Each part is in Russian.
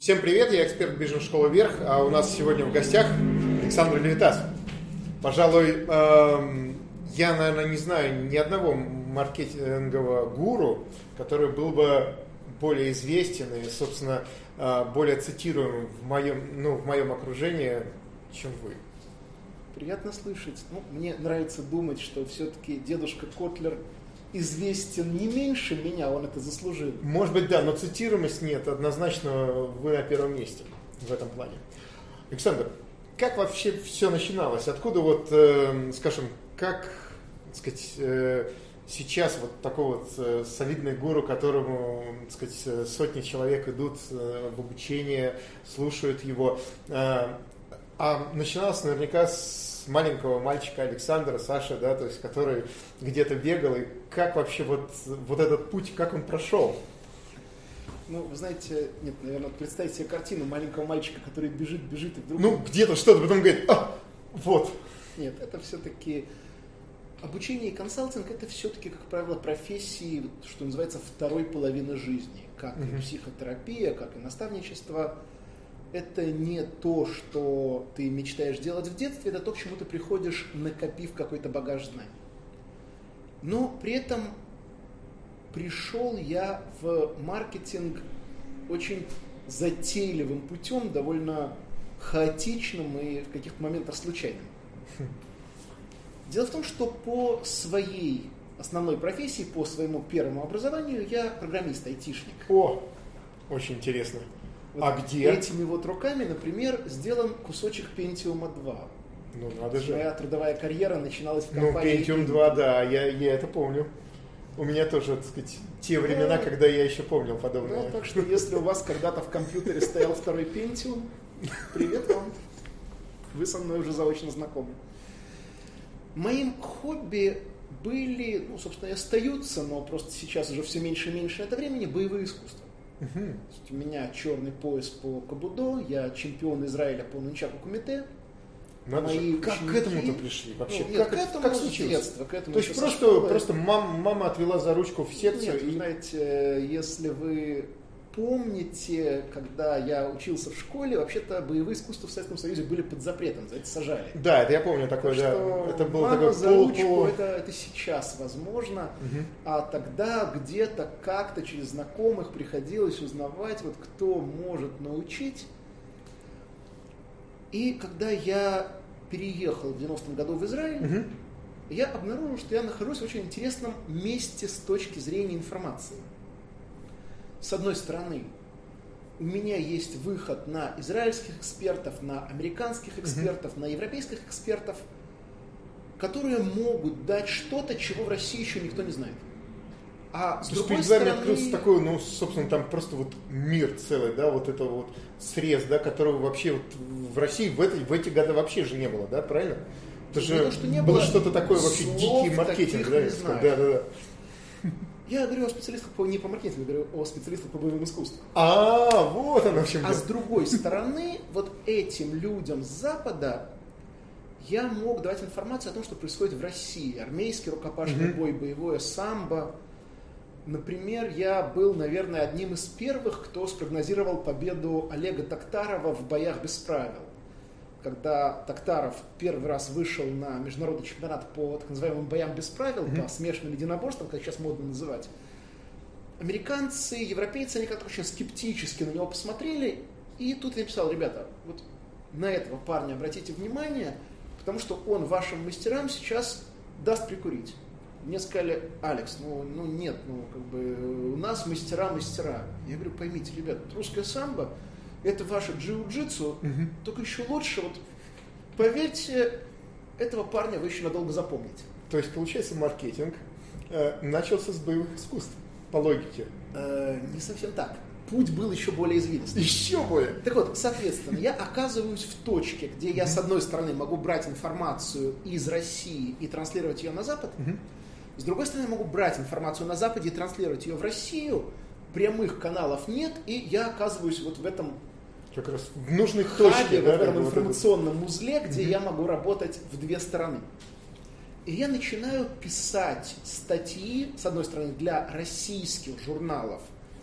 Всем привет, я эксперт бизнес-школы «Вверх», а у нас сегодня в гостях Александр Левитас. Пожалуй, я, наверное, не знаю ни одного маркетингового гуру, который был бы более известен и, собственно, более цитируем в моем окружении, чем вы. Приятно слышать. Мне нравится думать, что все-таки дедушка Котлер известен не меньше меня, он это заслужил. Может быть, да, но цитируемость нет, однозначно вы на первом месте в этом плане. Александр, как вообще все начиналось? Откуда скажем, как, сказать, сейчас такой солидный гуру, которому, сказать, сотни человек идут в обучение, слушают его, а начиналось наверняка с маленького мальчика Александра, Саши, да, то есть, который где-то бегал, и как вообще вот этот путь, как он прошел? Вы знаете, нет, наверное, представьте себе картину маленького мальчика, который бежит, и вдруг... Где-то что-то, потом говорит, вот. Нет, это все-таки... Обучение и консалтинг – это все-таки, как правило, профессии, что называется, второй половины жизни. Как и психотерапия, как и наставничество. Это не то, что ты мечтаешь делать в детстве, это то, к чему ты приходишь, накопив какой-то багаж знаний. Но при этом пришел я в маркетинг очень затейливым путем, довольно хаотичным и в каких-то моментах случайным. Дело в том, что по своей основной профессии, по своему первому образованию, я программист, айтишник. О, очень интересно. Где? Этими руками, например, сделан кусочек Pentium 2. Надо же. Моя трудовая карьера начиналась в компании. Pentium 2, да, я это помню. У меня тоже, так сказать, те времена, когда я еще помнил подобное. Так что, если у вас когда-то в компьютере стоял второй Pentium, привет вам. Вы со мной уже заочно знакомы. Моим хобби были, собственно, и остаются, но просто сейчас уже все меньше и меньше это времени, боевые искусства. У меня черный пояс по кабудо, я чемпион Израиля по нунчаку кумите. Как к этому-то пришли вообще? Как случилось? Детства, То есть просто мама отвела за ручку в секцию? Нет, знаете, если вы помните, когда я учился в школе, вообще-то боевые искусства в Советском Союзе были под запретом, за это сажали. Да, это я помню такое, да. Это было такое за ручку, это сейчас возможно, а тогда где-то как-то через знакомых приходилось узнавать, кто может научить. И когда я переехал в 90-м году в Израиль, я обнаружил, что я нахожусь в очень интересном месте с точки зрения информации. С одной стороны, у меня есть выход на израильских экспертов, на американских экспертов, на европейских экспертов, которые могут дать что-то, чего в России еще никто не знает. А с другой стороны... открылся такой, собственно, там просто мир целый, да, это срез, да, которого вообще в России в эти годы вообще же не было, да, правильно? Это же было что-то такое вообще дикий маркетинг, да? Да. Я говорю о специалистах не по маркетингу, я говорю о специалистах по боевым искусствам. Вот оно в чем. А с другой стороны, этим людям с Запада я мог давать информацию о том, что происходит в России. Армейский рукопашный бой, боевое самбо. Например, я был, наверное, одним из первых, кто спрогнозировал победу Олега Токтарова в боях без правил. Когда Токтаров первый раз вышел на международный чемпионат по так называемым боям без правил, по смешанным единоборствам, как сейчас модно называть, американцы, европейцы, они как-то очень скептически на него посмотрели, и тут я написал: ребята, на этого парня обратите внимание, потому что он вашим мастерам сейчас даст прикурить. Мне сказали: Алекс, нет, у нас мастера. Я говорю: поймите, ребят, русское самбо — это ваше джиу-джитсу, только еще лучше, поверьте, этого парня вы еще надолго запомните. То есть, получается, маркетинг начался с боевых искусств, по логике? Не совсем так. Путь был еще более извилистый. Еще более? Так соответственно, я оказываюсь в точке, где я, с одной стороны, могу брать информацию из России и транслировать ее на Запад, с другой стороны, я могу брать информацию на Западе и транслировать ее в Россию, прямых каналов нет, и я оказываюсь в этом как раз в нужной точке, в этом информационном узле, где я могу работать в две стороны. И я начинаю писать статьи, с одной стороны, для российских журналов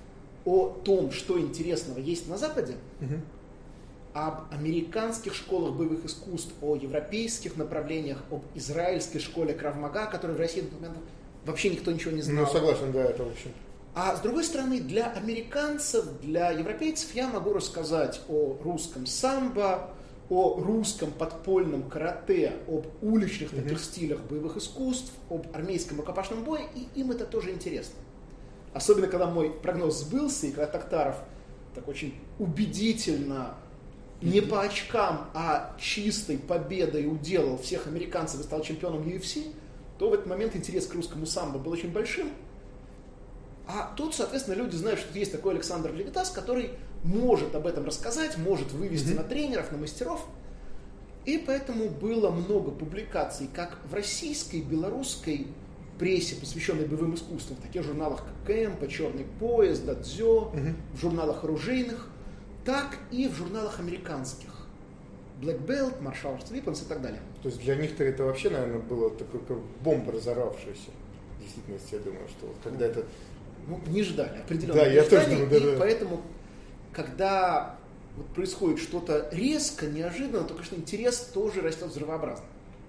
о том, что интересного есть на Западе, об американских школах боевых искусств, о европейских направлениях, об израильской школе Крав-Мага, которая в России на тот момент вообще никто ничего не знал. Ну, согласен, да, это в общем. А с другой стороны, для американцев, для европейцев я могу рассказать о русском самбо, о русском подпольном карате, об уличных таких стилях боевых искусств, об армейском рукопашном бое, и им это тоже интересно. Особенно, когда мой прогноз сбылся, и когда Токтаров так очень убедительно, не по очкам, а чистой победой уделал всех американцев и стал чемпионом UFC, то в этот момент интерес к русскому самбо был очень большим. А тут, соответственно, люди знают, что есть такой Александр Левитас, который может об этом рассказать, может вывести на тренеров, на мастеров. И поэтому было много публикаций как в российской, белорусской прессе, посвященной боевым искусствам, в таких журналах, как Кэмпа, Черный пояс, Дадзё, в журналах оружейных, так и в журналах американских. Black Belt, Martial Arts Weapons и так далее. То есть для них-то это вообще, наверное, было такой как бомба разорвавшаяся. В действительности, я думаю, что вот когда это... Ну, не ждали, определенно. Да, я тоже ждали, думаю, и поэтому, когда вот происходит что-то резко, неожиданно, то, конечно, интерес тоже растет взрывообразно.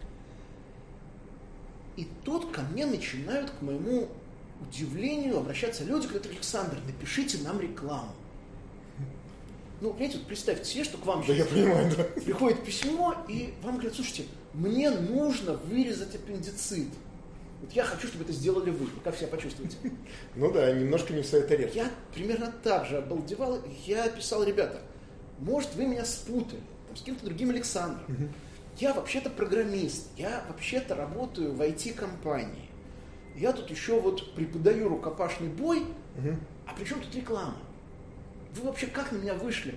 И тут ко мне начинают, к моему удивлению, обращаться люди, говорят: Александр, напишите нам рекламу. Ну, понимаете, вот представьте себе, что к вам сейчас приходит письмо, и вам говорят: слушайте, мне нужно вырезать аппендицит. Вот я хочу, чтобы это сделали вы. Как себя почувствуете? Ну да, немножко не в своей тарелке. Я примерно так же обалдевал. Я писал: ребята, может, вы меня спутали там, с каким-то другим Александром. Я вообще-то программист, я вообще-то работаю в IT-компании. Я тут еще вот преподаю рукопашный бой, а при чем тут реклама? Вы вообще как на меня вышли?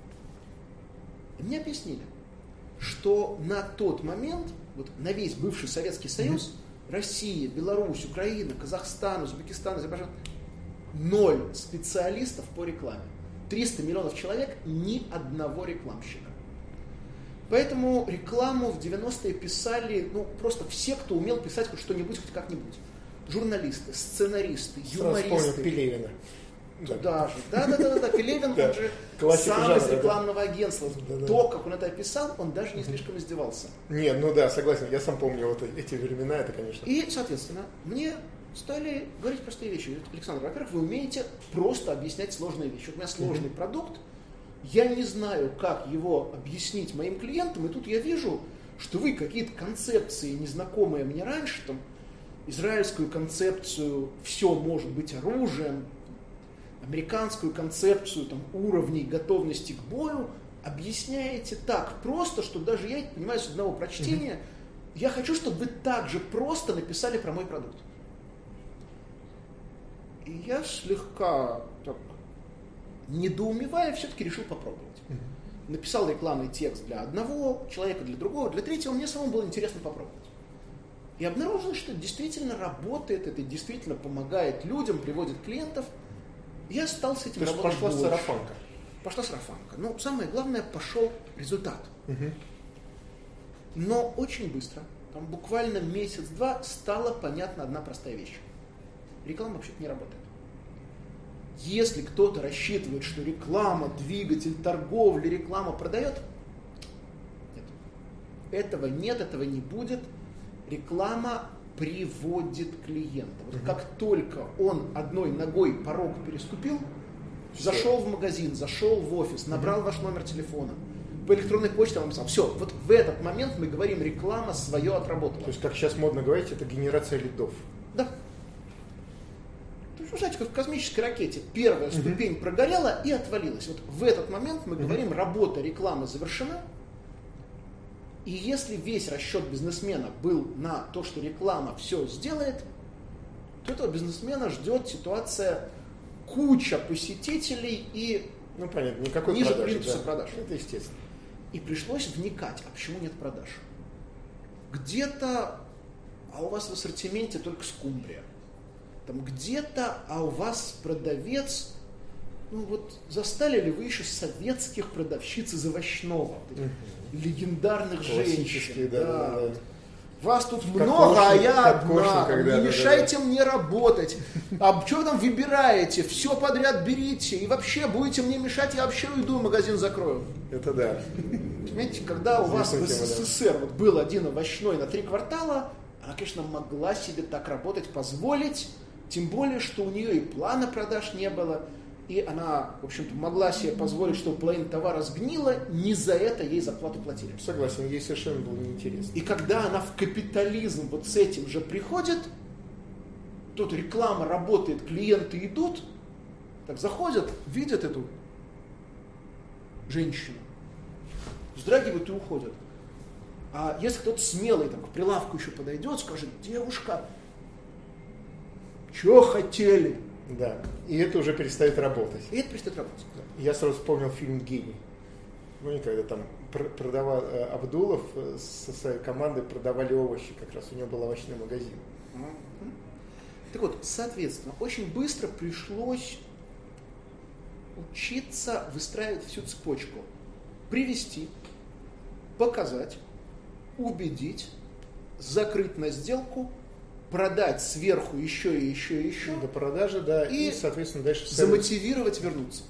И мне объяснили, что на тот момент, вот на весь бывший Советский Союз, Россия, Беларусь, Украина, Казахстан, Узбекистан, Азербайджан, 0 специалистов по рекламе. 300 миллионов человек, ни одного рекламщика. Поэтому рекламу в 90-е писали, ну, просто все, кто умел писать хоть что-нибудь, хоть как-нибудь. Журналисты, сценаристы, юмористы. Сразу вспомнил Пелевина. Туда же. Да, Пелевин, он же сам из рекламного агентства. То, как он это описал, он даже не слишком издевался. Нет, ну да, согласен, я сам помню вот эти времена, это, конечно. И, соответственно, мне стали говорить простые вещи. Александр, во-первых, вы умеете просто объяснять сложные вещи. Вот у меня сложный продукт, я не знаю, как его объяснить моим клиентам, и тут я вижу, что вы какие-то концепции, незнакомые мне раньше, там, израильскую концепцию «все может быть оружием», американскую концепцию там, уровней готовности к бою, объясняете так просто, что даже я это понимаю с одного прочтения. Я хочу, чтобы вы так же просто написали про мой продукт. И я слегка так, недоумевая, все-таки решил попробовать. Написал рекламный текст для одного человека, для другого, для третьего. Мне самому было интересно попробовать. И обнаружил, что это действительно работает, это действительно помогает людям, приводит клиентов. Я стал с этим работать. Пошла сарафанка. Пошла сарафанка. Но самое главное, пошел результат. Но очень быстро, там буквально месяц-два, стала понятна одна простая вещь. Реклама вообще-то не работает. Если кто-то рассчитывает, что реклама, двигатель торговли, реклама продает, нет. Этого нет, этого не будет. Реклама приводит клиента. Вот как только он одной ногой порог переступил, зашел в магазин, зашел в офис, набрал ваш номер телефона, по электронной почте вам написал: все, вот в этот момент мы говорим, реклама свое отработала. То есть, как сейчас модно говорить, это генерация лидов. Да. То есть, вы знаете, как в космической ракете. Первая ступень прогорела и отвалилась. Вот в этот момент мы говорим, работа рекламы завершена. И если весь расчет бизнесмена был на то, что реклама все сделает, то этого бизнесмена ждет ситуация куча посетителей и ну, понятно, никакой ниже продажи, плинтуса продаж. Это естественно. И пришлось вникать, а почему нет продаж? Где-то, а у вас в ассортименте только скумбрия. Там где-то, а у вас продавец, ну вот застали ли вы еще советских продавщиц из овощного? Легендарных женщин. Да. Вас тут много, а я одна. Не мешайте да. мне работать. А что вы там выбираете? Все подряд берите. И вообще будете мне мешать, я вообще уйду, магазин закрою. Это да. Понимаете, когда у вас в СССР вот был один овощной на 3 квартала, она, конечно, могла себе так работать, позволить. Тем более, что у нее и плана продаж не было. И она, в общем-то, могла себе позволить, чтобы половина товара сгнила, не за это ей зарплату платили. Согласен, ей совершенно было неинтересно. И когда она в капитализм вот с этим же приходит, тут реклама работает, клиенты идут, так заходят, видят эту женщину, вздрагивают и уходят. А если кто-то смелый там, к прилавку еще подойдет, скажет: девушка, что хотели? Да, и это уже перестает работать. И это перестает работать. Я сразу вспомнил фильм «Гений». Ну, когда там продавал Абдулов со своей командой продавали овощи, как раз у него был овощной магазин. Так вот, соответственно, очень быстро пришлось учиться выстраивать всю цепочку. Привести, показать, убедить, закрыть на сделку, продать сверху еще и еще и еще. До продажи, да, и соответственно, дальше замотивировать вернуться.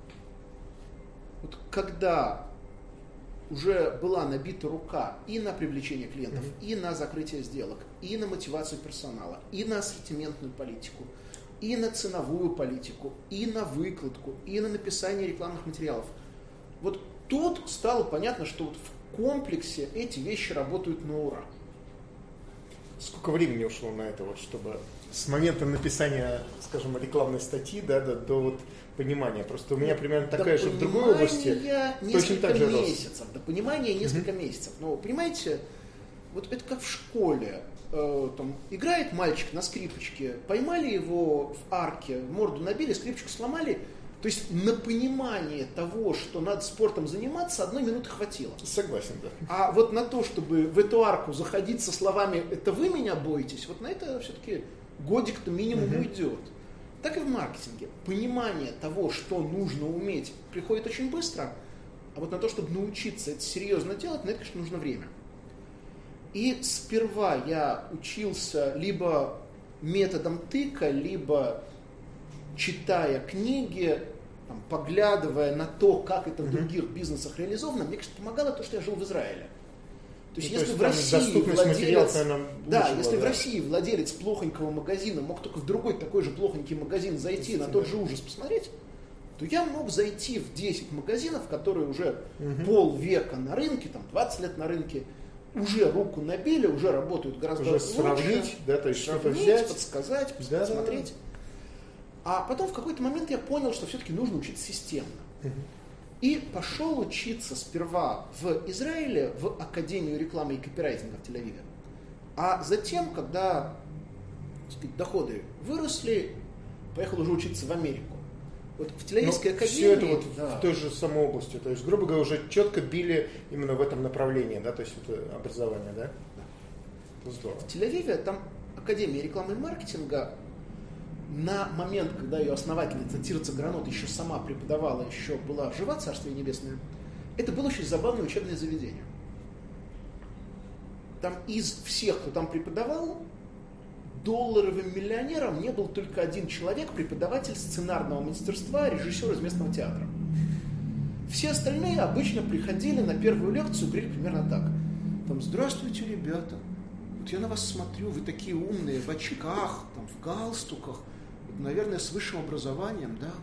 Вот когда уже была набита рука и на привлечение клиентов, и на закрытие сделок, и на мотивацию персонала, и на ассортиментную политику, и на ценовую политику, и на выкладку, и на написание рекламных материалов. Вот тут стало понятно, что вот в комплексе эти вещи работают на ура. Сколько времени ушло на это, вот, чтобы с момента написания, скажем, рекламной статьи, да, до вот понимания? Просто у меня примерно такая же в другой области. Точно так же месяцев. До понимания несколько месяцев. Но, понимаете, вот это как в школе. Там, играет мальчик на скрипочке, поймали его в арке, морду набили, скрипочку сломали. То есть на понимание того, что надо спортом заниматься, 1 минуты хватило. Согласен, да. А вот на то, чтобы в эту арку заходить со словами «это вы меня боитесь», вот на это все-таки годик-то минимум уйдет. Так и в маркетинге. Понимание того, что нужно уметь, приходит очень быстро, а вот на то, чтобы научиться это серьезно делать, на это, конечно, нужно время. И сперва я учился либо методом тыка, либо читая книги, там, поглядывая на то, как это в других бизнесах реализовано, мне, конечно, помогало то, что я жил в Израиле. То есть, если в России владелец, в России владелец плохонького магазина мог только в другой такой же плохонький магазин зайти, на тот же ужас посмотреть, то я мог зайти в 10 магазинов, которые уже полвека на рынке, там, 20 лет на рынке, уже руку набили, уже работают гораздо лучше. Сравнить, да, то есть что-то взять, подсказать, посмотреть. А потом в какой-то момент я понял, что все-таки нужно учиться системно. И пошел учиться сперва в Израиле, в Академию рекламы и копирайтинга в Тель-Авиве. А затем, когда, так сказать, доходы выросли, поехал уже учиться в Америку. Вот в Тель-Авивской академии... Все это вот в той же самой области. То есть, грубо говоря, уже четко били именно в этом направлении, да, то есть это образование, да? Да. Здорово. В Тель-Авиве там Академия рекламы и маркетинга. На момент, когда ее основательница Тирца Гранот еще сама преподавала, еще была жива, Царствие Небесное, это было очень забавное учебное заведение. Там из всех, кто там преподавал, долларовым миллионером не был только один человек, преподаватель сценарного мастерства, режиссер из местного театра. Все остальные обычно приходили на первую лекцию, говорили примерно так. Там: здравствуйте, ребята, вот я на вас смотрю, вы такие умные, в очках, там, в галстуках, наверное, с высшим образованием, да?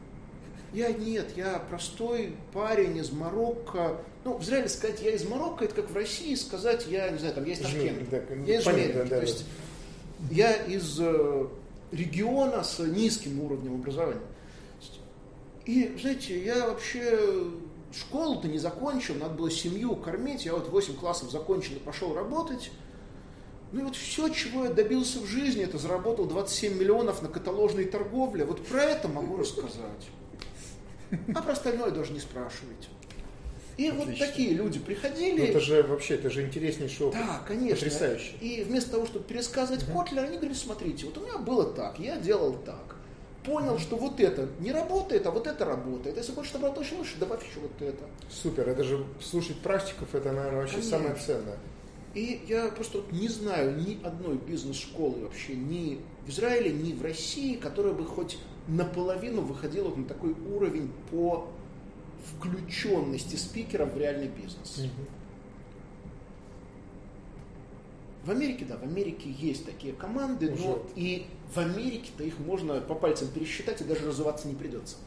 Я простой парень из Марокко. Ну, в Израиле сказать «я из Марокко» — это как в России сказать «я, не знаю, там, я из Ташкента». Я из Жмеринки. То есть я из региона с низким уровнем образования. И, знаете, я вообще школу-то не закончил, надо было семью кормить. Я вот 8 классов закончил и пошел работать. Ну и вот все, чего я добился в жизни, это заработал 27 миллионов на каталожной торговле. Вот про это могу рассказать. А про остальное даже не спрашивайте. И отлично. Вот такие люди приходили. Ну, это же вообще, это же интереснейший опыт. Да, конечно. Потрясающе. И вместо того, чтобы пересказывать Котлера, они говорили: смотрите, вот у меня было так, я делал так. Понял, что вот это не работает, а вот это работает. Если хочешь добавить лучше, добавь еще вот это. Супер, это же слушать практиков, это, наверное, вообще самое ценное. И я просто вот не знаю ни одной бизнес-школы вообще ни в Израиле, ни в России, которая бы хоть наполовину выходила вот на такой уровень по включенности спикеров в реальный бизнес. В Америке, да, в Америке есть такие команды, но и в Америке-то их можно по пальцам пересчитать, и даже разуваться не придется.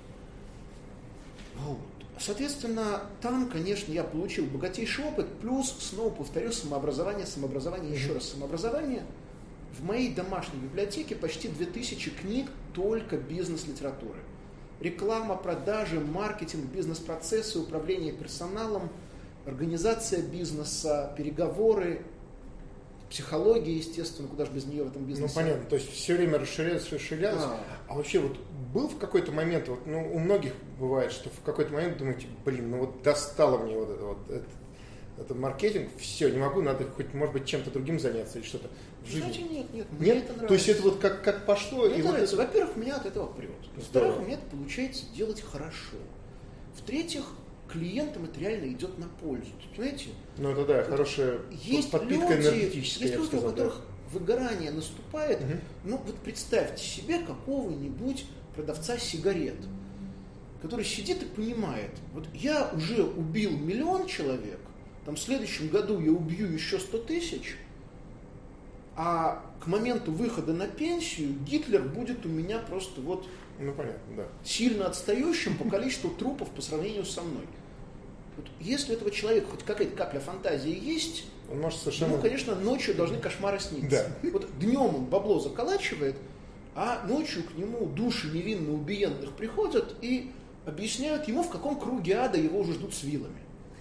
Вот. Соответственно, там, конечно, я получил богатейший опыт, плюс, снова повторю, самообразование, еще раз самообразование. В моей домашней библиотеке почти 2000 книг только бизнес-литературы. Реклама, продажи, маркетинг, бизнес-процессы, управление персоналом, организация бизнеса, переговоры, психология, естественно, куда же без нее в этом бизнесе. Ну, понятно, то есть все время расширялось. А вообще вот был в какой-то момент, вот, ну, у многих бывает, что в какой-то момент думаете, ну вот достало мне вот это вот, это маркетинг, все, не могу, надо хоть, может быть, чем-то другим заняться или что-то в жизни. Знаете, нет, мне это нравится. То есть это вот как пошло? Мне и нравится. Вот это... Во-первых, меня от этого прет. Во-вторых, у меня это получается делать хорошо. В-третьих, клиентам это реально идет на пользу. Понимаете? Ну это да, хорошая подпитка энергетическая. Есть люди, у которых выгорание наступает. Ну вот представьте себе какого-нибудь продавца сигарет, который сидит и понимает, вот я уже убил 1 миллион человек, там в следующем году я убью еще 100 тысяч, а к моменту выхода на пенсию Гитлер будет у меня просто вот понятно, да. сильно отстающим по количеству трупов по сравнению со мной. Вот если у этого человека хоть какая-то капля фантазии есть, он может совершенно... ему, конечно, ночью должны кошмары сниться. Да. Вот днем он бабло заколачивает, а ночью к нему души невинно убиенных приходят и объясняют ему, в каком круге ада его уже ждут с вилами.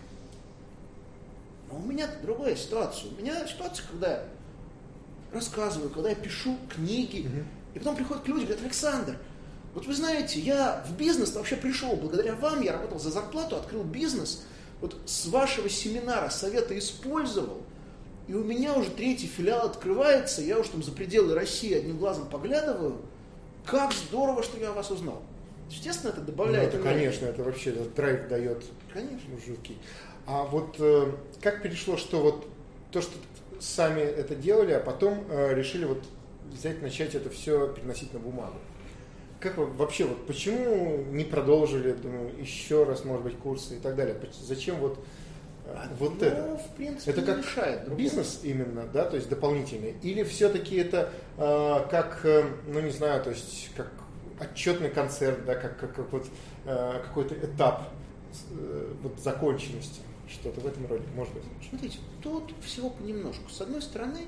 Но у меня-то другая ситуация. У меня ситуация, когда я рассказываю, когда я пишу книги, и потом приходят люди и говорят: Александр, вот вы знаете, я в бизнес вообще пришел благодаря вам, я работал за зарплату, открыл бизнес, вот с вашего семинара совета использовал, и у меня уже 3-й филиал открывается, я уж там за пределы России одним глазом поглядываю, как здорово, что я о вас узнал. Естественно, это добавляет энергии. Конечно, это вообще драйв дает. Конечно. Жуткий. А вот как перешло, что вот то, что сами это делали, а потом решили вот взять, начать это все переносить на бумагу? Как вы вообще, вот почему не продолжили, думаю, еще раз, может быть, курсы и так далее? Зачем вот это? В принципе, это как мешает бизнес именно, да, то есть дополнительный? Или все-таки это как, ну не знаю, то есть как отчетный концерт, да, как вот какой-то этап вот законченности? Что-то в этом роде, может быть. Смотрите, тут всего понемножку. С одной стороны,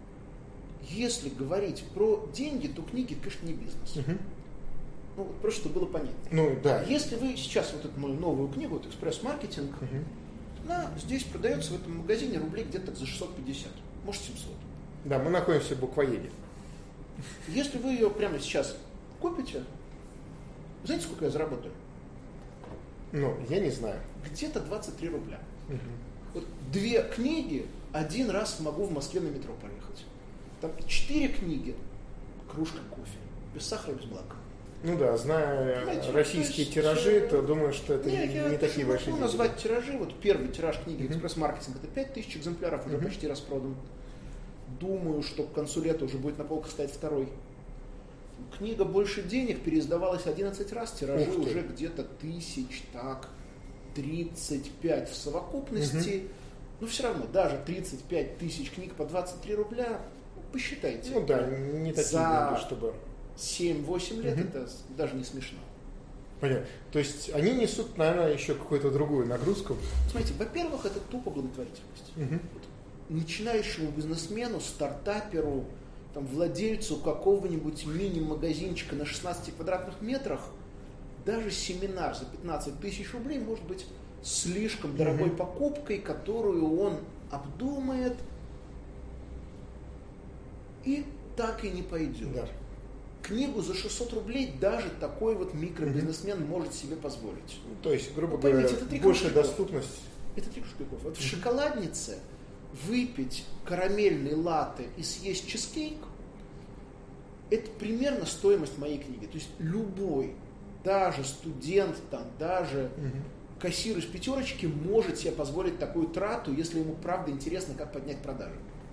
если говорить про деньги, то книги, конечно, не бизнес. Ну, просто чтобы было понятно. Ну, да. Если вы сейчас вот эту мою новую книгу, вот «Экспресс-маркетинг», она здесь продается в этом магазине рублей где-то за 650, может 700. Да, мы находимся в Буквоеде. Если вы ее прямо сейчас купите, знаете, сколько я заработаю? Ну, я не знаю. Где-то 23 рубля. Вот 2 книги 1 раз могу в Москве на метро проехать. Там 4 книги, кружка кофе, без сахара, без молока. Ну да, зная российские тиражи, то думаю, что это не такие большие деньги. Назвать тиражи, вот первый тираж книги «Экспресс-маркетинг» это 5000 экземпляров, уже почти распродан. Думаю, что к концу лета уже будет на полках стоять 2-й. Книга «Больше денег» переиздавалась 11 раз, тиражи уже где-то 35 в совокупности. Но все равно, даже 35 тысяч книг по 23 рубля, посчитайте. Ну да, не такие деньги, чтобы... 7-8 лет это даже не смешно. Понятно. То есть они несут, наверное, еще какую-то другую нагрузку. Смотрите, во-первых, это тупо благотворительность. Вот начинающему бизнесмену, стартаперу, там, владельцу какого-нибудь мини-магазинчика на 16 квадратных метрах даже семинар за 15 тысяч рублей может быть слишком дорогой покупкой, которую он обдумает и так и не пойдет. Да. Книгу за 600 рублей даже такой вот микробизнесмен может себе позволить. То есть, грубо говоря, большая доступность. Это 3 кошельков. Вот в шоколаднице выпить карамельный латте и съесть чизкейк – это примерно стоимость моей книги. То есть любой, даже студент, там, даже кассир из пятерочки может себе позволить такую трату, если ему правда интересно, как поднять продажи.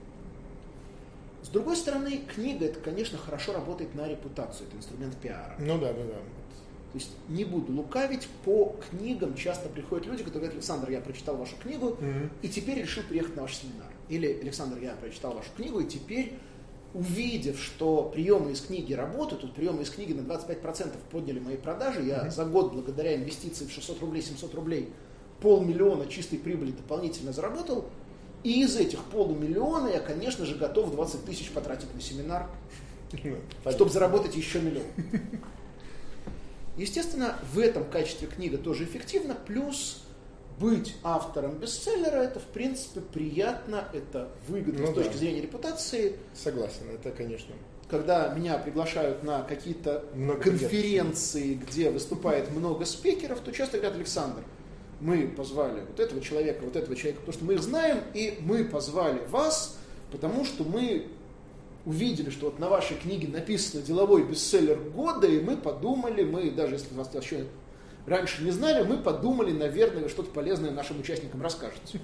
С другой стороны, книга, это, конечно, хорошо работает на репутацию, это инструмент пиара. Ну да. То есть не буду лукавить, по книгам часто приходят люди, которые говорят: Александр, я прочитал вашу книгу и теперь решил приехать на ваш семинар. Или: Александр, я прочитал вашу книгу и теперь, увидев, что приемы из книги работают, тут приемы из книги на 25% подняли мои продажи, я за год благодаря инвестиции в 600 рублей, 700 рублей 500 000 чистой прибыли дополнительно заработал, и из этих 500 000 я, конечно же, готов 20 000 потратить на семинар, чтобы заработать еще 1 000 000. Естественно, в этом качестве книга тоже эффективна, плюс быть автором бестселлера, это, в принципе, приятно, это выгодно с точки зрения репутации. Согласен, это, конечно. Когда меня приглашают на какие-то конференции, где выступает много спикеров, то часто говорят: Александр, мы позвали вот этого человека, потому что мы их знаем, и мы позвали вас, потому что мы увидели, что вот на вашей книге написано «Деловой бестселлер года», и мы подумали, мы, даже если вас еще раньше не знали, мы подумали, наверное, вы что-то полезное нашим участникам расскажете.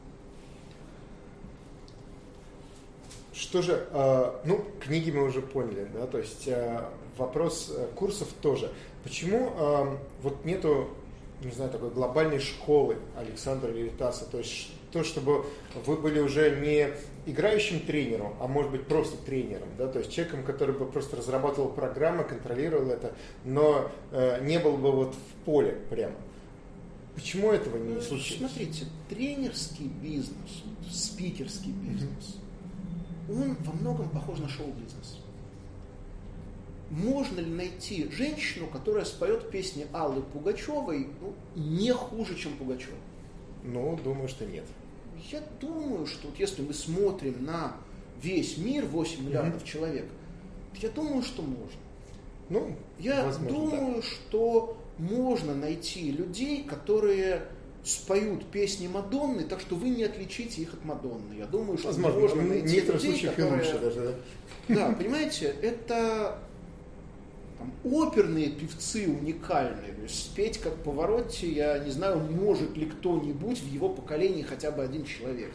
Что же, книги мы уже поняли, да, то есть вопрос курсов тоже. Почему вот нету, не знаю, такой глобальной школы Александра Левитаса, то есть то, чтобы вы были уже не играющим тренером, а может быть просто тренером, да, то есть человеком, который бы просто разрабатывал программы, контролировал это, но не был бы вот в поле прямо. Почему этого не случилось? Смотрите, тренерский бизнес, спикерский бизнес, он во многом похож на шоу-бизнес. Можно ли найти женщину, которая споет песни Аллы Пугачевой, не хуже, чем Пугачева? Думаю, что нет. Я думаю, что вот если мы смотрим на весь мир, 8 миллиардов человек, я думаю, что можно. Я думаю, что можно найти людей, которые споют песни Мадонны, так что вы не отличите их от Мадонны. Я думаю, что можно найти людей, которые... даже, да, понимаете, это оперные певцы уникальные. То есть спеть как Паваротти, я не знаю, может ли кто-нибудь в его поколении хотя бы один человек.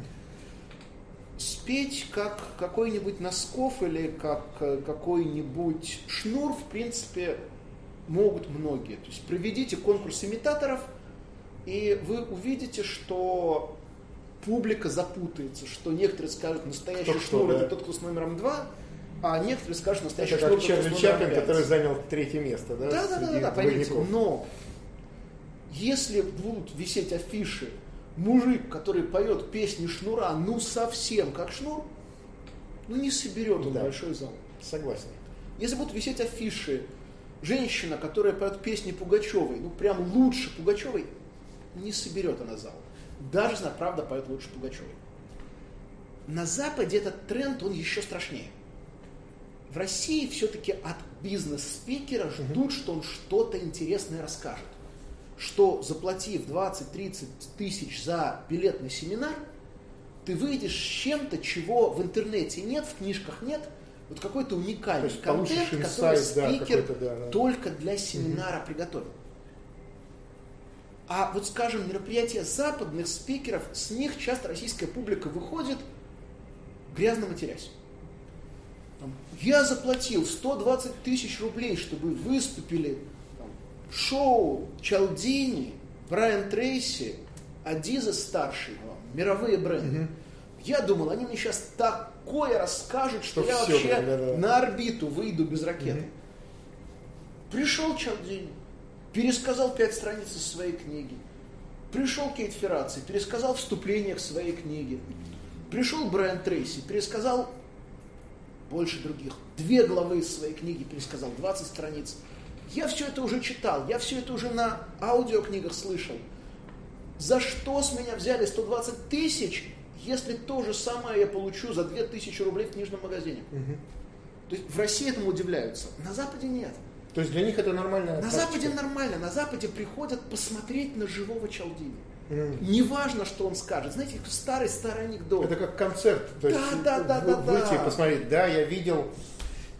Спеть как какой-нибудь Носков или как какой-нибудь Шнур, в принципе, могут многие. То есть проведите конкурс имитаторов, и вы увидите, что публика запутается, что некоторые скажут: настоящий Шнур это тот, кто с номером 2, а некоторые скажут: настоящий Шнур это Чарли Чаплин, который занял 3-е место, да? Да, поймите, но если будут висеть афиши мужик, который поет песни Шнура, совсем как Шнур, не соберет он большой зал. Согласен. Если будут висеть афиши женщина, которая поет песни Пугачевой, прям лучше Пугачевой, не соберет она зал. Даже если она правда поет лучше Пугачевой. На Западе этот тренд, он еще страшнее. В России все-таки от бизнес-спикера ждут, что он что-то интересное расскажет. Что, заплатив 20-30 тысяч за билет на семинар, ты выйдешь с чем-то, чего в интернете нет, в книжках нет, вот какой-то уникальный контент, который спикер только для семинара приготовил. А вот, скажем, мероприятия западных спикеров, с них часто российская публика выходит, грязно матерясь. Я заплатил 120 тысяч рублей, чтобы выступили шоу Чалдини, Брайан Трейси, Адизес старший, мировые бренды. Я думал, они мне сейчас такое расскажут, что я вообще на орбиту выйду без ракеты. Пришел Чалдини, пересказал 5 страниц из своей книги. Пришел Кейт Ферраци, пересказал вступление к своей книге. Пришел Брайан Трейси, пересказал больше других. 2 главы из своей книги пересказал, 20 страниц. Я все это уже читал, я все это уже на аудиокнигах слышал. За что с меня взяли 120 тысяч, если то же самое я получу за 2000 рублей в книжном магазине? То есть в России этому удивляются, на Западе нет. То есть для них это нормально? На Западе нормально, на Западе приходят посмотреть на живого Чалдини. Неважно, что он скажет. Знаете, старый анекдот. Это как концерт. То есть да. выйти и посмотреть. Да, я видел.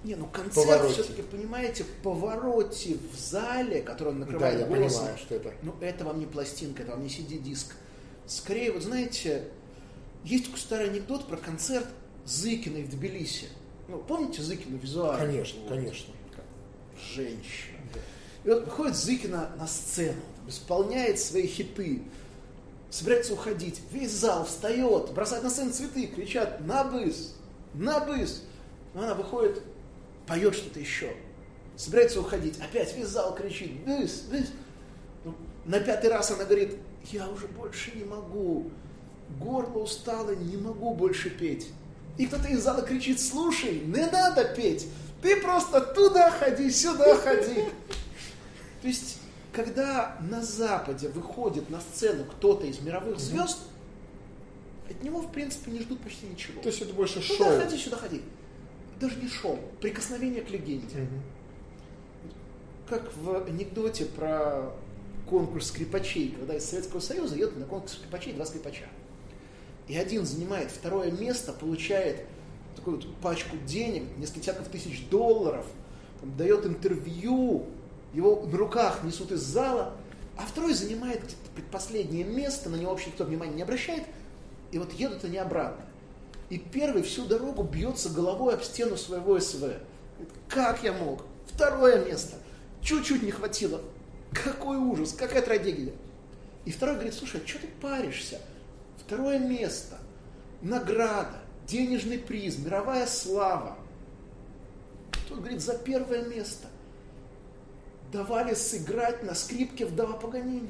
концерт повороте. все-таки, понимаете, повороте в зале, который он накрывает я голосом. понимаю, что это. Это вам не пластинка, это вам не CD-диск. Скорее, вот знаете, есть такой старый анекдот про концерт Зыкиной в Тбилиси. Помните Зыкину визуально? Конечно, конечно. Женщина. И вот выходит Зыкина на сцену, исполняет свои хиты, собирается уходить. Весь зал встает, бросает на сцену цветы, кричат «На быс! На быс!». Но она выходит, поет что-то еще. Собирается уходить. Опять весь зал кричит «Быс! Быс!». На 5-й раз она говорит: «Я уже больше не могу. Горло устало, не могу больше петь». И кто-то из зала кричит: «Слушай, не надо петь. Ты просто туда ходи, сюда ходи». То есть, когда на Западе выходит на сцену кто-то из мировых звезд, от него, в принципе, не ждут почти ничего. То есть это больше шоу. Туда ходи, сюда ходи. Даже не шоу, прикосновение к легенде. Как в анекдоте про конкурс скрипачей, когда из Советского Союза едут на конкурс скрипачей 2 скрипача. И один занимает 2-е место, получает такую вот пачку денег, несколько десятков тысяч $, там, дает интервью, его на руках несут из зала, а 2-й занимает где-то предпоследнее место, на него вообще никто внимания не обращает, и вот едут они обратно. И 1-й всю дорогу бьется головой об стену своего СВ. Говорит: «Как я мог? 2-е место. Чуть-чуть не хватило. Какой ужас, какая трагедия». И 2-й говорит: «Слушай, а что ты паришься? 2-е место, награда, денежный приз, мировая слава». Тот говорит: «За 1-е место давали сыграть на скрипке «Вдова Паганини».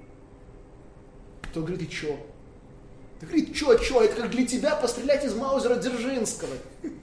Тот говорит: «И чё?» Ты говорит: чё, это как для тебя пострелять из Маузера Дзержинского».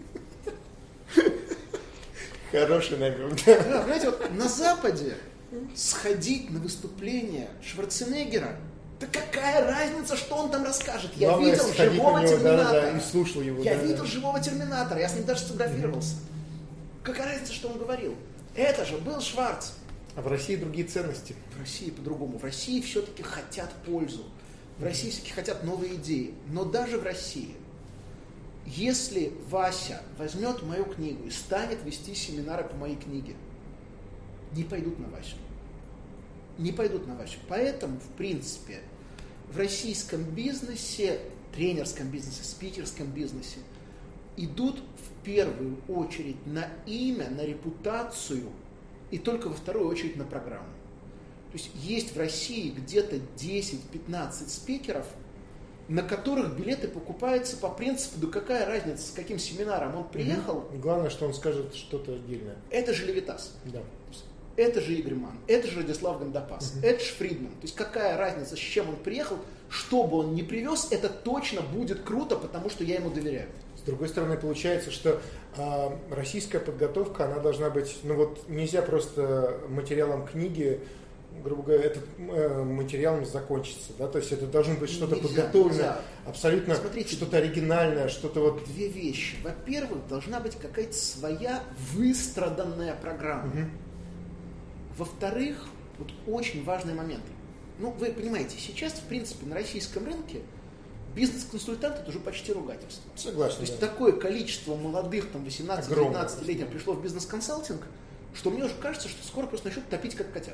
Хороший намек. Да, знаете, вот на Западе сходить на выступление Шварценеггера, да какая разница, что он там расскажет? Я Главное, видел сходить живого на него, терминатора. и слушал его. Я видел живого терминатора, я с ним даже сфотографировался. Какая разница, что он говорил? Это же был Шварц. А в России другие ценности. В России по-другому. В России все-таки хотят пользу. В России все-таки хотят новые идеи. Но даже в России, если Вася возьмет мою книгу и станет вести семинары по моей книге, не пойдут на Васю. Не пойдут на Васю. Поэтому, в принципе, в российском бизнесе, тренерском бизнесе, спикерском бизнесе идут в первую очередь на имя, на репутацию и только во вторую очередь на программу. То есть есть в России где-то 10-15 спикеров, на которых билеты покупаются по принципу: да какая разница, с каким семинаром он приехал. Главное, что он скажет что-то отдельное. Это же Левитас. Да. Это же Игорь Манн, это же Радислав Гандапас, это же Фридман. То есть какая разница, с чем он приехал, что бы он ни привез, это точно будет круто, потому что я ему доверяю. С другой стороны, получается, что российская подготовка, она должна быть, нельзя просто материалом книги, грубо говоря, этот материалом закончиться, да, то есть это должно быть что-то подготовленное, абсолютно. Смотрите, что-то оригинальное, что-то вот. 2 вещи. Во-первых, должна быть какая-то своя выстраданная программа. Во-вторых, вот очень важный момент. Вы понимаете, сейчас, в принципе, на российском рынке бизнес-консультант — это уже почти ругательство. Согласен. То есть такое количество молодых, 18-19-летних пришло в бизнес-консалтинг, что мне уже кажется, что скоро просто начнут топить как котят.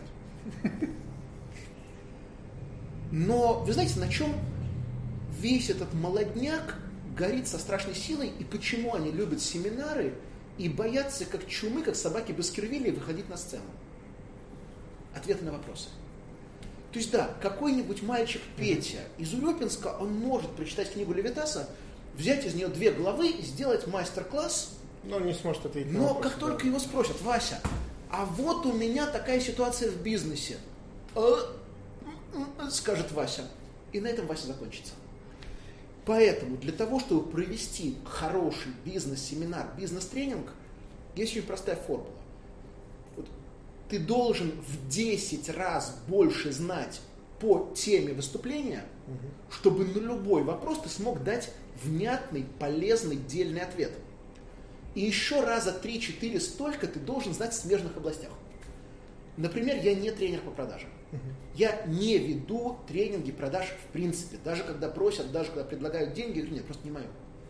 Но вы знаете, на чем весь этот молодняк горит со страшной силой, и почему они любят семинары и боятся как чумы, как собаки Баскервилей, выходить на сцену? Ответы на вопросы. То есть да, какой-нибудь мальчик Петя из Урюпинска, он может прочитать книгу Левитаса, взять из нее 2 главы и сделать мастер-класс. Но он не сможет ответить на Но вопрос, как только его спросят: Вася, а вот у меня такая ситуация в бизнесе, скажет Вася. И на этом Вася закончится. Поэтому для того, чтобы провести хороший бизнес-семинар, бизнес-тренинг, есть очень простая формула. Ты должен в 10 раз больше знать по теме выступления, чтобы на любой вопрос ты смог дать внятный, полезный, дельный ответ. И еще раза 3-4 столько ты должен знать в смежных областях. Например, я не тренер по продажам. Я не веду тренинги продаж в принципе. Даже когда просят, даже когда предлагают деньги, я говорю: нет, просто не мое.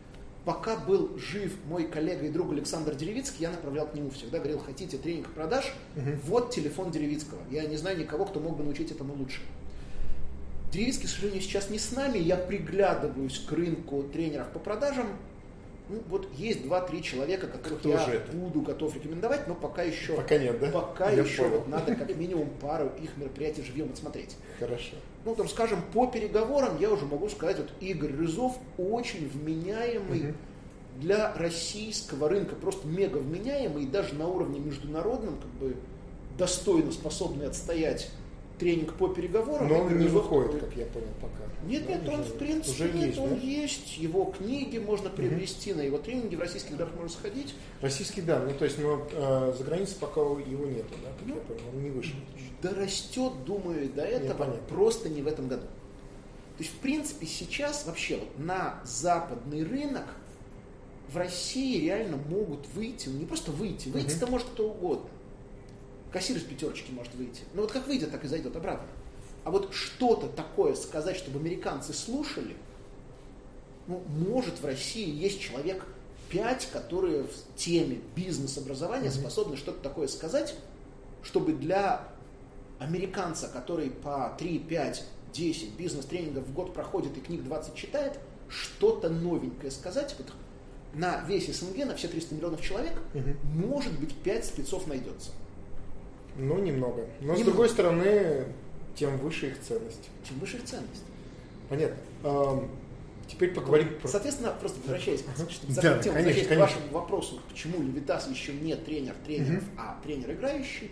пока был жив мой коллега и друг Александр Деревицкий, я направлял к нему всегда, говорил, хотите тренинг продаж, вот телефон Деревицкого. Я не знаю никого, кто мог бы научить этому лучше. Деревицкий, к сожалению, сейчас не с нами, я приглядываюсь к рынку тренеров по продажам. Ну, вот есть 2-3 человека, которых кто я буду готов рекомендовать, но пока еще, нет, да? Пока еще вот надо как минимум пару их мероприятий живьем отсмотреть. Хорошо. Ну, там, скажем, по переговорам я уже могу сказать, вот Игорь Рызов очень вменяемый для российского рынка, просто мега вменяемый, и даже на уровне международном, как бы достойно способный отстоять тренинг по переговорам. Но он не Рызов выходит, как я понял, пока. Нет, он в принципе уже есть, он да? есть, его книги можно приобрести, на его тренинги в российских городах можно сходить. Российский, да, ну то есть, но за границей пока его нету, да, как я понял, он не вышел. Да растет, думаю, до этого, просто не в этом году. То есть, в принципе, сейчас вообще вот на западный рынок в России реально могут выйти, ну не просто выйти-то может кто угодно. Кассир из пятерочки может выйти. Но вот как выйдет, так и зайдет обратно. А вот что-то такое сказать, чтобы американцы слушали, ну, может в России есть человек 5, которые в теме бизнес-образования способны что-то такое сказать, чтобы для американца, который по 3, 5, 10 бизнес-тренингов в год проходит и книг 20 читает, что-то новенькое сказать. Вот на весь СНГ, на все 300 миллионов человек, может быть 5 спецов найдется. Ну, немного. Но, с другой стороны, тем выше их ценность. Тем выше их ценность. Понятно. Теперь поговорим про... Соответственно, просто возвращаясь, возвращаясь к вашему вопросу, почему Левитас еще не тренер тренеров, а тренер играющий,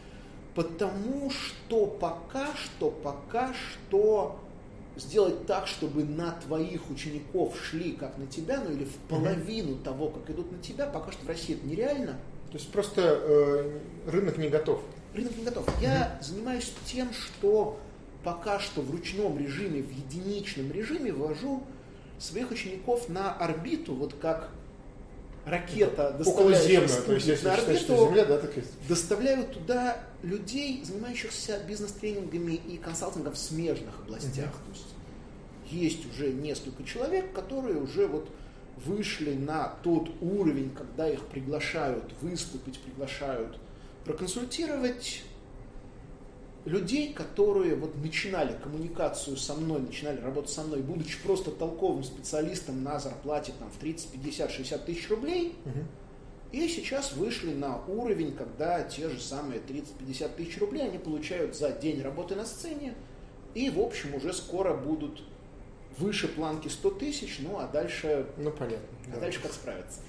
потому что пока что сделать так, чтобы на твоих учеников шли как на тебя, ну или в половину того, как идут на тебя, пока что в России это нереально. То есть просто рынок не готов. Рынок не готов. Я занимаюсь тем, что пока что в ручном режиме, в единичном режиме ввожу своих учеников на орбиту, вот как ракета доставляющая спутник на орбиту, Земля, да, так доставляю туда людей, занимающихся бизнес-тренингами и консалтингом в смежных областях. То есть уже несколько человек, которые уже вот вышли на тот уровень, когда их приглашают выступить, приглашают проконсультировать людей, которые вот начинали коммуникацию со мной, начинали работать со мной, будучи просто толковым специалистом на зарплате там, в 30, 50, 60 тысяч рублей, и сейчас вышли на уровень, когда те же самые 30-50 тысяч рублей они получают за день работы на сцене, и в общем уже скоро будут выше планки 100 тысяч, ну а дальше, понятно, а дальше как справиться.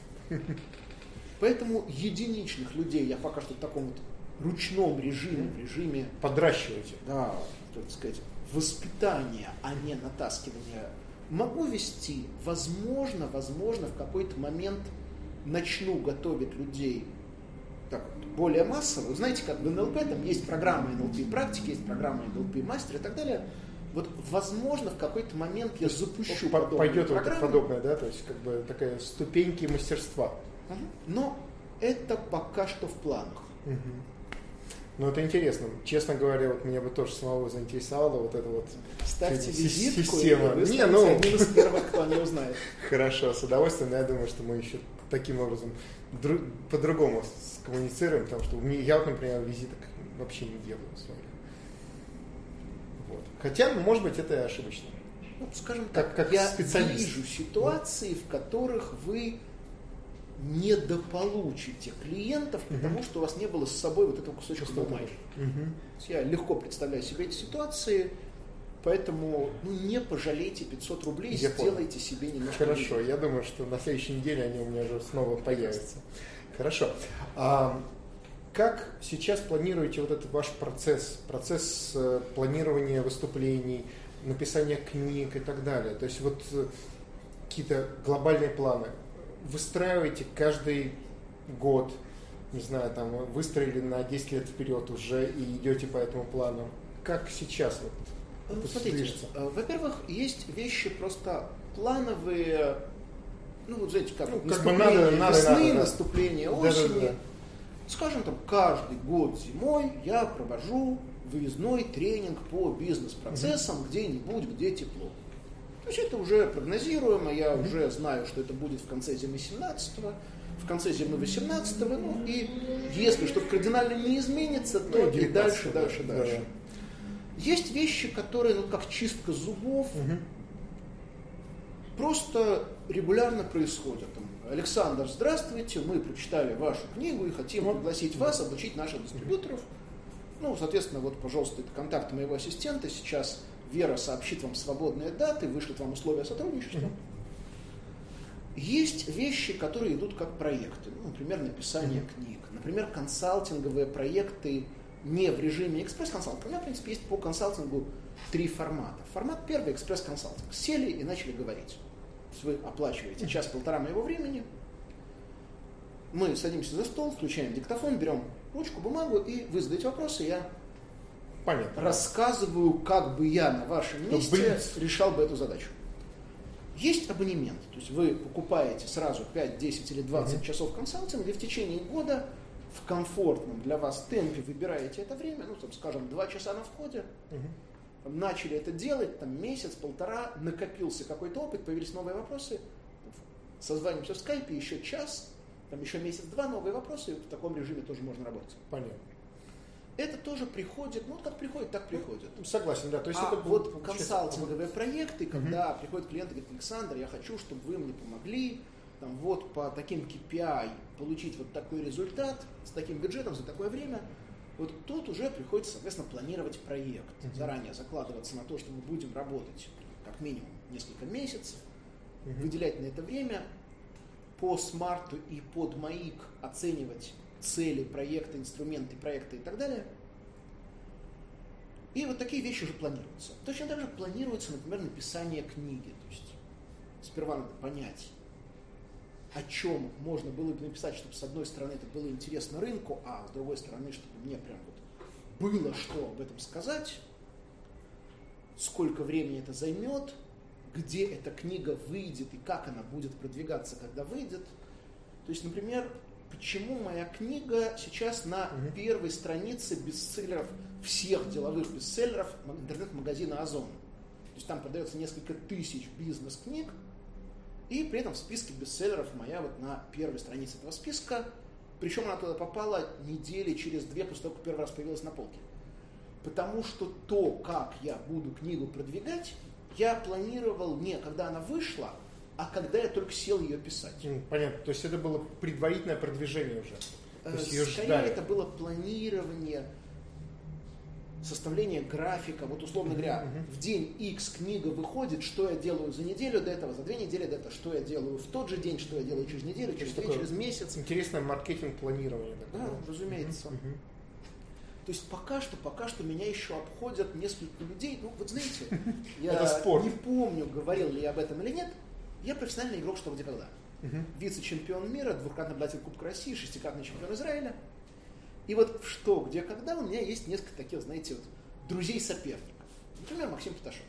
Поэтому единичных людей я пока что в таком вот ручном режиме, в режиме подращиваете. Да, так сказать, воспитания, а не натаскивания, могу вести. Возможно, в какой-то момент начну готовить людей так вот, более массово. Знаете, как в НЛП там есть программа НЛП практики, есть программа НЛП мастер и так далее. Вот, возможно, в какой-то момент я запущу подобную программу. Пойдет подобное, да, то есть как бы такая ступеньки мастерства. Но это пока что в планах. Ну, это интересно. Честно говоря, вот меня бы тоже самого заинтересовала вот эта вот ставьте визитку, система. Вы один из первых, кто не узнает. Хорошо, с удовольствием. Я думаю, что мы еще таким образом по-другому скоммуницируем, потому что я, вот, например, визиток вообще не делаю своих. Вот. Хотя, может быть, это и ошибочно. Ну, скажем так, как я вижу ситуации, в которых вы недополучите клиентов, потому что у вас не было с собой вот этого кусочка бумаги. Я легко представляю себе эти ситуации, поэтому не пожалейте 500 рублей, сделайте себе немножко. Хорошо, я думаю, что на следующей неделе они у меня уже снова появятся. Хорошо. Как сейчас планируете вот этот ваш процесс планирования выступлений, написания книг и так далее? То есть вот какие-то глобальные планы выстраиваете каждый год, не знаю, там выстроили на 10 лет вперед уже и идете по этому плану. Как сейчас вот Смотрите, во-первых, есть вещи просто плановые, вот знаете, как наступление весны, наступление осени. Да. Скажем, там каждый год зимой я провожу выездной тренинг по бизнес-процессам где-нибудь, где тепло. То есть это уже прогнозируемо, я уже знаю, что это будет в конце зимы 17-го, в конце зимы 18-го, ну и если что-то кардинально не изменится, то и дальше. Есть вещи, которые, ну, как чистка зубов, просто регулярно происходят. Александр, здравствуйте, мы прочитали вашу книгу и хотим пригласить вас обучить наших дистрибьюторов. Ну, соответственно, вот, пожалуйста, это контакт моего ассистента. Сейчас Вера сообщит вам свободные даты, вышлет вам условия сотрудничества. Есть вещи, которые идут как проекты. Ну, например, написание книг. Например, консалтинговые проекты не в режиме экспресс-консалтинга. У меня, в принципе, есть по консалтингу 3 формата. Формат первый – экспресс-консалтинг. Сели и начали говорить. То есть вы оплачиваете час-полтора моего времени. Мы садимся за стол, включаем диктофон, берем ручку, бумагу, и вы задаете вопросы, я рассказываю, как бы я на вашем месте решал бы эту задачу. Есть абонемент, то есть вы покупаете сразу 5, 10 или 20 часов консалтинга, и в течение года в комфортном для вас темпе выбираете это время, ну, там, скажем, 2 часа на входе, начали это делать, там, месяц-полтора, накопился какой-то опыт, появились новые вопросы, созванимся в скайпе, еще час, там еще месяц-два, новые вопросы, и в таком режиме тоже можно работать. Понятно. Это тоже приходит, ну, как приходит, так приходит. Согласен, да. То есть это вот консалтинговые проекты, когда приходит клиент и говорит: Александр, я хочу, чтобы вы мне помогли, там, вот по таким KPI получить вот такой результат, с таким бюджетом, за такое время. Вот тут уже приходится, соответственно, планировать проект, заранее закладываться на то, что мы будем работать как минимум несколько месяцев, выделять на это время, по смарту и под МАИК оценивать цели проекта, инструменты проекта и так далее. И вот такие вещи уже планируются. Точно так же планируется, например, написание книги. То есть сперва надо понять, о чем можно было бы написать, чтобы с одной стороны это было интересно рынку, а с другой стороны, чтобы мне прям вот было что об этом сказать, сколько времени это займет, где эта книга выйдет и как она будет продвигаться, когда выйдет. То есть, например, почему моя книга сейчас на первой странице бестселлеров, всех деловых бестселлеров интернет-магазина Озон. То есть там продается несколько тысяч бизнес-книг, и при этом в списке бестселлеров моя вот на первой странице этого списка. Причем она туда попала недели через 2 после того, как первый раз появилась на полке. Потому что то, как я буду книгу продвигать, я планировал не когда она вышла, а когда я только сел ее писать. Понятно. То есть это было предварительное продвижение уже. То есть ее скорее ждали. Это было планирование, составление графика. Вот условно говоря, в день X книга выходит, что я делаю за неделю до этого, за 2 недели до этого, что я делаю в тот же день, что я делаю через неделю, через 2, через месяц. Интересное маркетинг-планирование. Да, разумеется. То есть пока что меня еще обходят несколько людей. Ну, вот знаете, я не помню, говорил ли я об этом или нет. Я профессиональный игрок «Что, где, когда». Вице-чемпион мира, 2-кратный обладатель Кубка России, 6-кратный чемпион Израиля. И вот в «Что, где, когда» у меня есть несколько таких, знаете, вот, друзей-соперников. Например, Максим Паташов.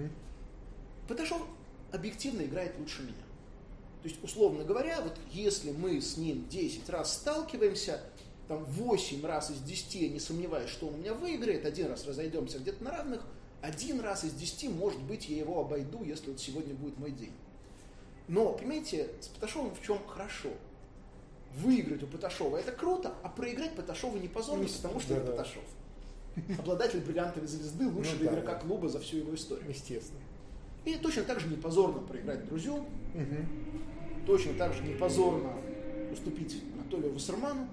Паташов объективно играет лучше меня. То есть, условно говоря, вот если мы с ним 10 раз сталкиваемся, там 8 раз из 10 я не сомневаюсь, что он у меня выиграет, 1 раз разойдемся где-то на равных, 1 раз из 10, может быть, я его обойду, если вот сегодня будет мой день. Но, понимаете, с Паташовым в чем хорошо? Выиграть у Паташова это круто, а проиграть Паташову не позорно, потому что это Паташов. Обладатель бриллиантовой звезды, лучшего игрока клуба за всю его историю. Естественно. И точно так же не позорно проиграть Друзю, точно так же не позорно уступить Анатолию Вассерману.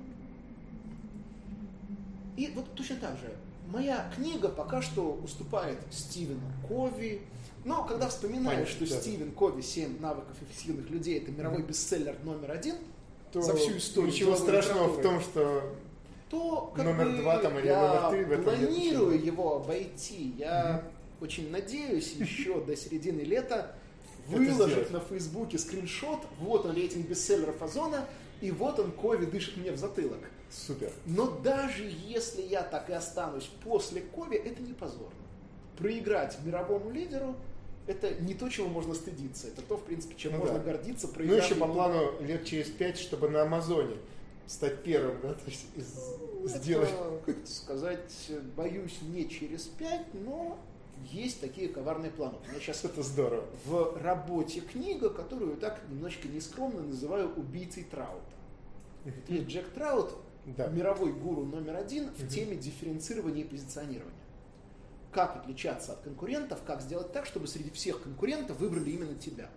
И вот точно так же моя книга пока что уступает Стивену Кови. Но когда вспоминаешь, что Стивен Кови «7 навыков эффективных людей» это мировой бестселлер номер 1 за всю историю. Ничего страшного в том, что то номер 2 там, или номер 3 в этом планирую его обойти. Я очень надеюсь еще до середины лета выложить на Фейсбуке скриншот. Вот он рейтинг бестселлеров Озона, и вот он, Кови, дышит мне в затылок. Супер. Но даже если я так и останусь после Кови, это не позорно. Проиграть мировому лидеру – это не то, чего можно стыдиться. Это то, в принципе, чем можно гордиться. Ну, еще по плану лет через 5, чтобы на Амазоне стать первым, да? То есть сделать. Это, как сказать, боюсь, не через 5, но есть такие коварные планы. У меня сейчас Это здорово. в работе книга, которую так немножечко нескромно называю «Убийцей Траута». Есть Джек Траут, мировой гуру номер 1 в теме дифференцирования и позиционирования. Как отличаться от конкурентов, как сделать так, чтобы среди всех конкурентов выбрали именно тебя.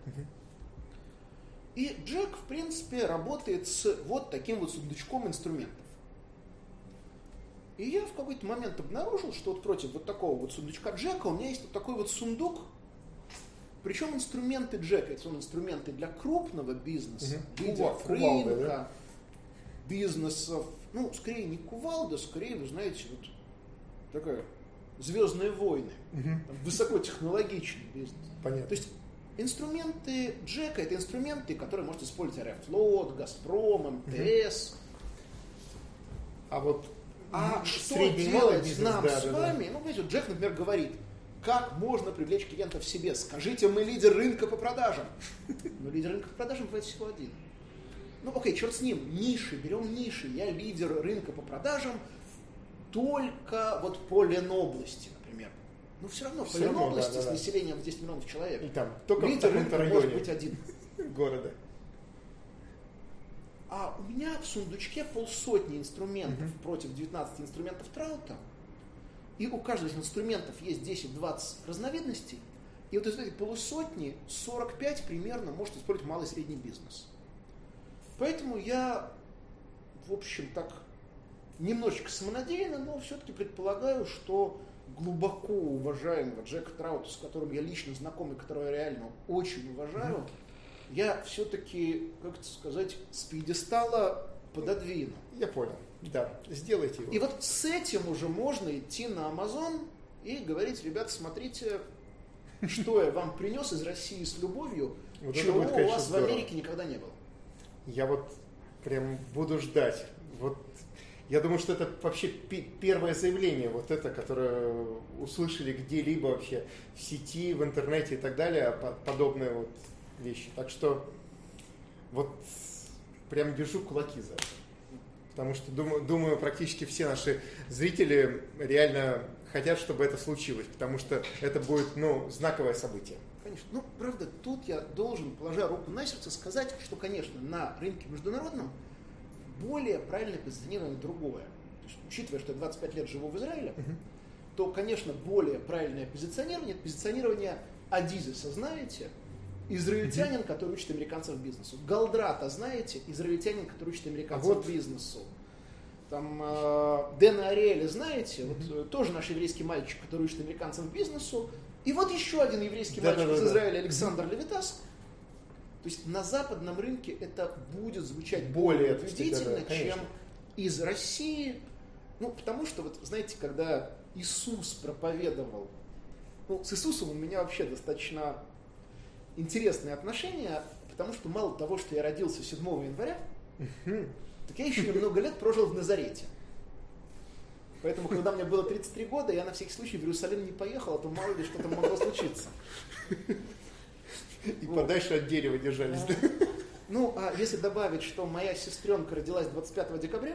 И Джек, в принципе, работает с вот таким вот сундучком инструментов. И я в какой-то момент обнаружил, что вот против вот такого вот сундучка Джека у меня есть вот такой вот сундук. Причем инструменты Джека, это инструменты для крупного бизнеса, лидеров рынка, бизнесов. Ну, скорее не кувалда, скорее, вы знаете, вот такая «Звездные войны», высокотехнологичный бизнес. Понятно. То есть инструменты Джека — это инструменты, которые может использовать Аэрофлот, Газпром, МТС. Что делать нам с вами? Ну, понимаете, Джек, например, говорит, как можно привлечь клиентов к себе? Скажите, мы лидер рынка по продажам. Но лидер рынка по продажам бывает всего один. Ну, окей, черт с ним, ниши, берем ниши. Я лидер рынка по продажам только вот по Ленобласти, например. Но все равно по Ленобласти с населением в 10 миллионов человек и там только лидер рынка может быть один. Города. А у меня в сундучке 50 инструментов против 19 инструментов Траута. И у каждого из инструментов есть 10-20 разновидностей. И вот из этих 50 45 примерно может использовать малый и средний бизнес. Поэтому я, в общем, так немножечко самонадеянно, но все-таки предполагаю, что глубоко уважаемого Джека Траута, с которым я лично знаком и которого я реально очень уважаю, я все-таки, как это сказать, с пьедестала пододвину. Я понял. Да, сделайте его. И вот с этим уже можно идти на Amazon и говорить: ребята, смотрите, что я вам принес из России с любовью, вот чего будет, конечно, у вас здорово. в Америке никогда не было. Я вот прям буду ждать. Вот я думаю, что это вообще первое заявление, вот это, которое услышали где-либо вообще в сети, в интернете и так далее, подобные вот вещи. Так что вот прям держу кулаки за это. Потому что думаю, практически все наши зрители реально хотят, чтобы это случилось, потому что это будет, знаковое событие. Конечно. Ну, правда, тут я должен, положа руку на сердце, сказать, что, конечно, на рынке международном более правильное позиционирование другое. То есть, учитывая, что я 25 лет живу в Израиле, то, конечно, более правильное позиционирование — это позиционирование Адизеса, знаете, израильтянин, который учит американцев бизнесу. Галдрата, знаете, израильтянин, который учит американцев бизнесу. Там Дэна Ариэля, знаете, вот тоже наш еврейский мальчик, который учит американцев бизнесу. И вот еще один еврейский мальчик из Израиля, Александр Левитас. То есть на западном рынке это будет звучать более убедительно, чем из России. Ну, потому что, вот знаете, когда Иисус проповедовал, с Иисусом у меня вообще достаточно интересные отношения, потому что мало того, что я родился 7 января, так я еще и много лет прожил в Назарете. Поэтому, когда мне было 33 года, я на всякий случай в Иерусалим не поехал, а то мало ли что там могло случиться. И подальше от дерева держались. Ну, а если добавить, что моя сестренка родилась 25 декабря...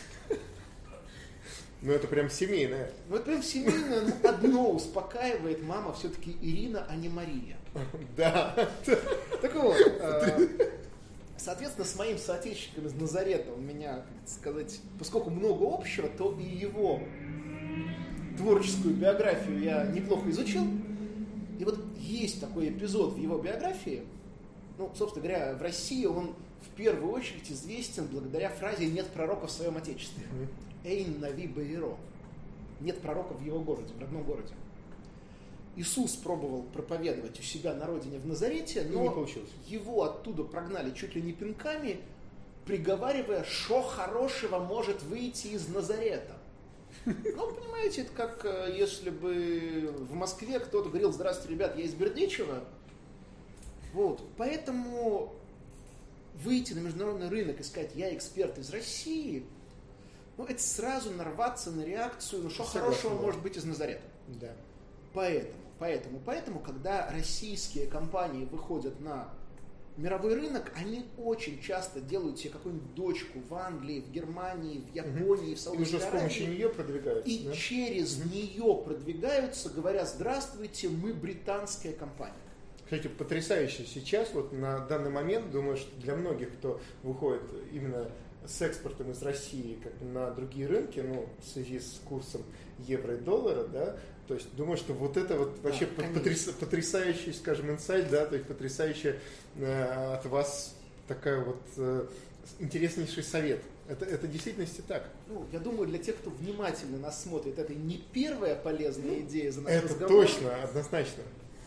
Ну, это прям семейное. Ну, это прям семейное, но одно успокаивает: мама все-таки Ирина, а не Мария. Да. Так вот, соответственно, с моим соотечественником из Назарета у меня, как сказать, поскольку много общего, то и его творческую биографию я неплохо изучил. И вот есть такой эпизод в его биографии. Ну, собственно говоря, в России он в первую очередь известен благодаря фразе «нет пророка в своем отечестве». «Эйн нави баиро». Нет пророка в его городе, в родном городе. Иисус пробовал проповедовать у себя на родине в Назарете, но его оттуда прогнали чуть ли не пинками, приговаривая, что хорошего может выйти из Назарета. Ну, понимаете, это как если бы в Москве кто-то говорил: здравствуйте, ребят, я из Бердичева. Вот, поэтому выйти на международный рынок и сказать: я эксперт из России, это сразу нарваться на реакцию: что хорошего может быть из Назарета. Да. Поэтому, когда российские компании выходят на мировой рынок, они очень часто делают себе какую-нибудь дочку в Англии, в Германии, в Японии, в Саудовской Аравии. И уже с помощью нее продвигаются. И через нее продвигаются, говоря: здравствуйте, мы британская компания. Кстати, потрясающе сейчас, вот на данный момент, думаю, что для многих, кто выходит именно с экспортом из России как бы на другие рынки, ну, в связи с курсом евро и доллара, да, то есть думаю, что вот это вот вообще потрясающий, скажем, инсайт, да, то есть потрясающий от вас такая вот интереснейший совет. Это в действительности так. Ну, я думаю, для тех, кто внимательно нас смотрит, это не первая полезная идея за наш разговор. Это точно, однозначно.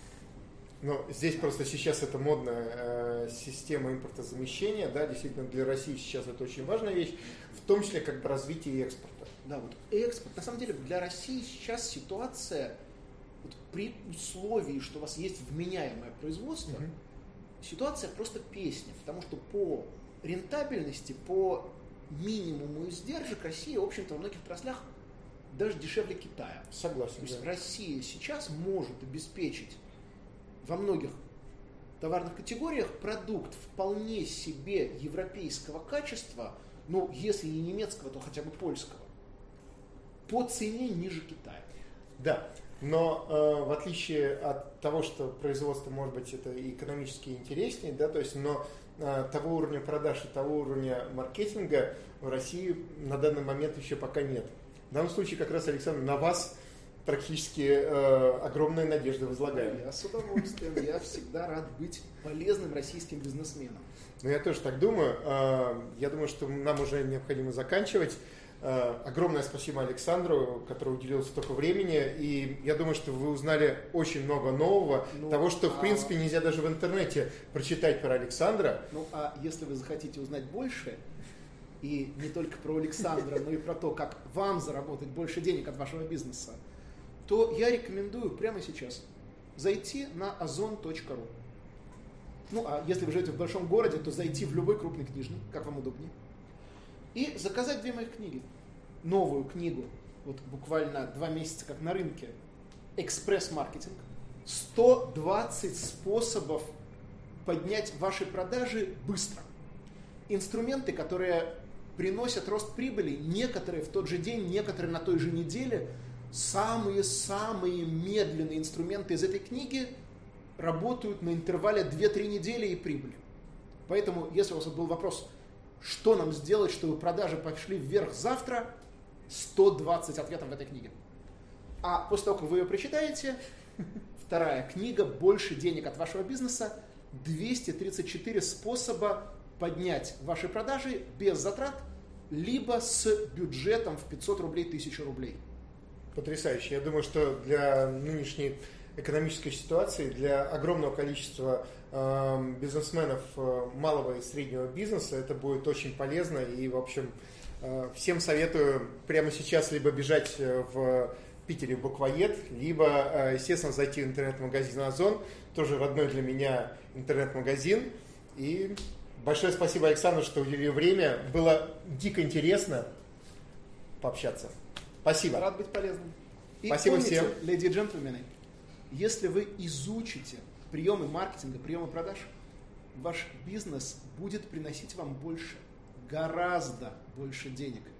Но здесь просто сейчас это модная система импортозамещения, да, действительно для России сейчас это очень важная вещь, в том числе как бы развитие экспорта. Да, вот экспорт. На самом деле для России сейчас ситуация, вот при условии, что у вас есть вменяемое производство, ситуация просто песня, потому что по рентабельности, по минимуму издержек Россия, в общем-то, во многих отраслях даже дешевле Китая. Согласен. То есть Россия сейчас может обеспечить во многих товарных категориях продукт вполне себе европейского качества, ну, если не немецкого, то хотя бы польского, по цене ниже Китая. Да, но в отличие от того, что производство, может быть, это экономически интереснее, да, то есть, но того уровня продаж и того уровня маркетинга в России на данный момент еще пока нет. В данном случае как раз, Александр, на вас практически огромные надежды возлагаем. Я с удовольствием, я всегда рад быть полезным российским бизнесменом. Ну, я тоже так думаю. Я думаю, что нам уже необходимо заканчивать. Огромное спасибо Александру, который уделил столько времени. И я думаю, что вы узнали очень много нового, того, что, в принципе, нельзя даже в интернете прочитать про Александра. Ну, а если вы захотите узнать больше, и не только про Александра, но и про то, как вам заработать больше денег от вашего бизнеса, то я рекомендую прямо сейчас зайти на ozon.ru. Ну, а если вы живете в большом городе, то зайти в любой крупный книжный, как вам удобнее, и заказать 2 моих книги. Новую книгу, вот буквально 2 месяца как на рынке, «Экспресс-маркетинг». 120 способов поднять ваши продажи быстро. Инструменты, которые приносят рост прибыли, некоторые в тот же день, некоторые на той же неделе. Самые-самые медленные инструменты из этой книги работают на интервале 2-3 недели и прибыль. Поэтому, если у вас был вопрос, что нам сделать, чтобы продажи пошли вверх завтра, 120 ответов в этой книге. А после того, как вы ее прочитаете, вторая книга «Больше денег от вашего бизнеса», 234 способа поднять ваши продажи без затрат, либо с бюджетом в 500 рублей, 1000 рублей. Потрясающе. Я думаю, что для нынешней экономической ситуации, для огромного количества бизнесменов малого и среднего бизнеса это будет очень полезно. И, в общем, всем советую прямо сейчас либо бежать в Питере в Буквоед, либо, естественно, зайти в интернет-магазин Озон, тоже родной для меня интернет-магазин. И большое спасибо, Александру, что уделили время. Было дико интересно пообщаться. Спасибо. Рад быть полезным. И спасибо помните, всем. леди и джентльмены, если вы изучите приемы маркетинга, приемы продаж, ваш бизнес будет приносить вам больше, гораздо больше денег.